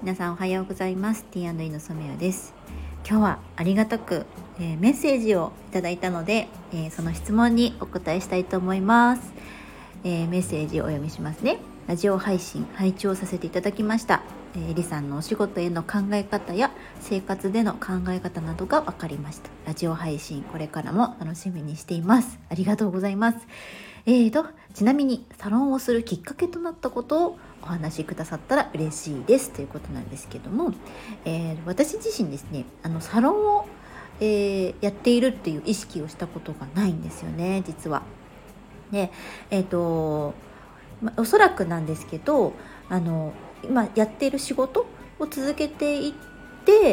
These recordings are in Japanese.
皆さんおはようございます。 T&E の染谷です。今日はありがたく、メッセージをいただいたので、その質問にお答えしたいと思います。メッセージをお読みしますね。ラジオ配信拝聴させていただきました。エリさんのお仕事への考え方や生活での考え方などが分かりました。ラジオ配信これからも楽しみにしています。ありがとうございます。ちなみにサロンをするきっかけとなったことをお話しくださったら嬉しいですということなんですけども、私自身ですね、サロンを、やっているっていう意識をしたことがないんですよね、実は。で、おそらくなんですけど、今やっている仕事を続けていって、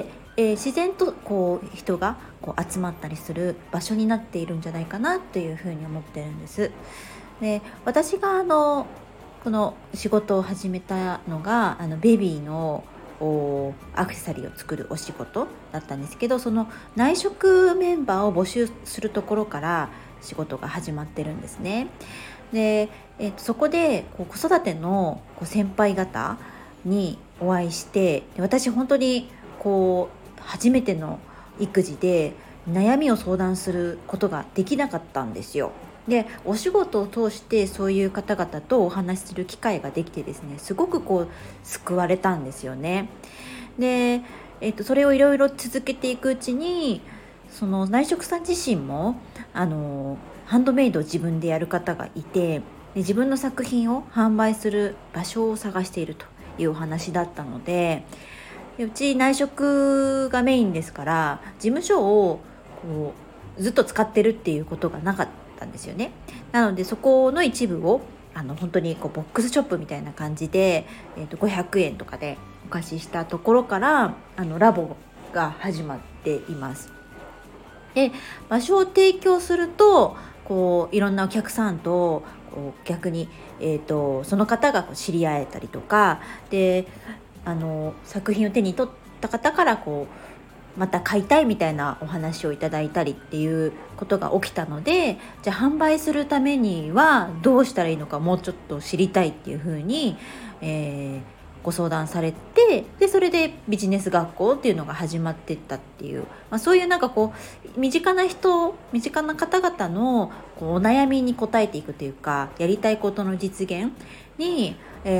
自然とこう人がこう集まったりする場所になっているんじゃないかなというふうに思ってるんです。で、私がこの仕事を始めたのがベビーのアクセサリーを作るお仕事だったんですけど、その内職メンバーを募集するところから仕事が始まってるんですね。で、そこでこう子育ての先輩方にお会いして、で私本当にこう初めての育児で悩みを相談することができなかったんですよ。で、お仕事を通してそういう方々とお話しする機会ができてですね、すごくこう救われたんですよね。で、それをいろいろ続けていくうちに、その内職さん自身もハンドメイドを自分でやる方がいて、で自分の作品を販売する場所を探しているというお話だったので、うち内職がメインですから、事務所をこうずっと使ってるっていうことがなかったんですよね。なのでそこの一部を本当にこうボックスショップみたいな感じで、500円とかでお貸ししたところからラボが始まっています。で、場所を提供するとこういろんなお客さんとこう逆に、その方が知り合えたりとかで、作品を手に取った方からこうまた買いたいみたいなお話をいただいたりっていうことが起きたので、じゃあ販売するためにはどうしたらいいのかもうちょっと知りたいっていうふうに、ご相談されて、でそれでビジネス学校っていうのが始まっていったっていう、そういうなんかこう身近な方々のこうお悩みに応えていくというか、やりたいことの実現に、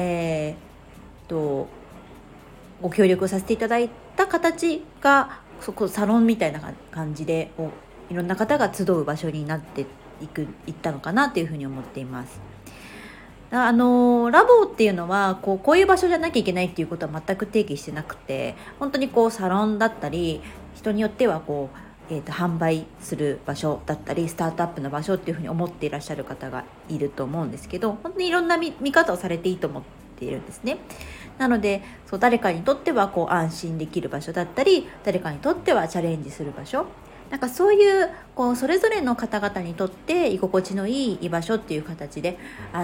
ご協力させていただいた形がそこサロンみたいな感じでいろんな方が集う場所になっていったのかなというふうに思っています。ラボっていうのはこういう場所じゃなきゃいけないっていうことは全く定義してなくて、本当にこうサロンだったり、人によってはこう、販売する場所だったりスタートアップの場所っていうふうに思っていらっしゃる方がいると思うんですけど、本当にいろんな見方をされていいと思っているんですね。なので誰かにとってはこう安心できる場所だったり、誰かにとってはチャレンジする場所、なんかそういうそれぞれの方々にとって居心地のいい居場所っていう形で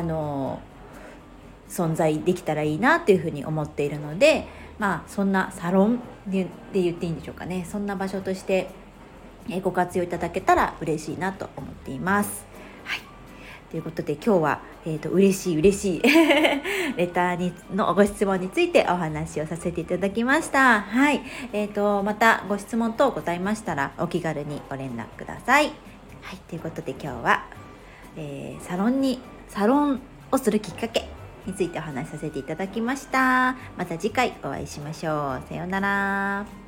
存在できたらいいなっていうふうに思っているので、そんなサロンで言っていいんでしょうかね、そんな場所としてご活用いただけたら嬉しいなと思っています。はい、ということで今日は、嬉しいレターのご質問についてお話をさせていただきました。はい、またご質問等ございましたらお気軽にご連絡ください。はい、ということで今日は、サロンをするきっかけについてお話しさせていただきました。また次回お会いしましょう。さようなら。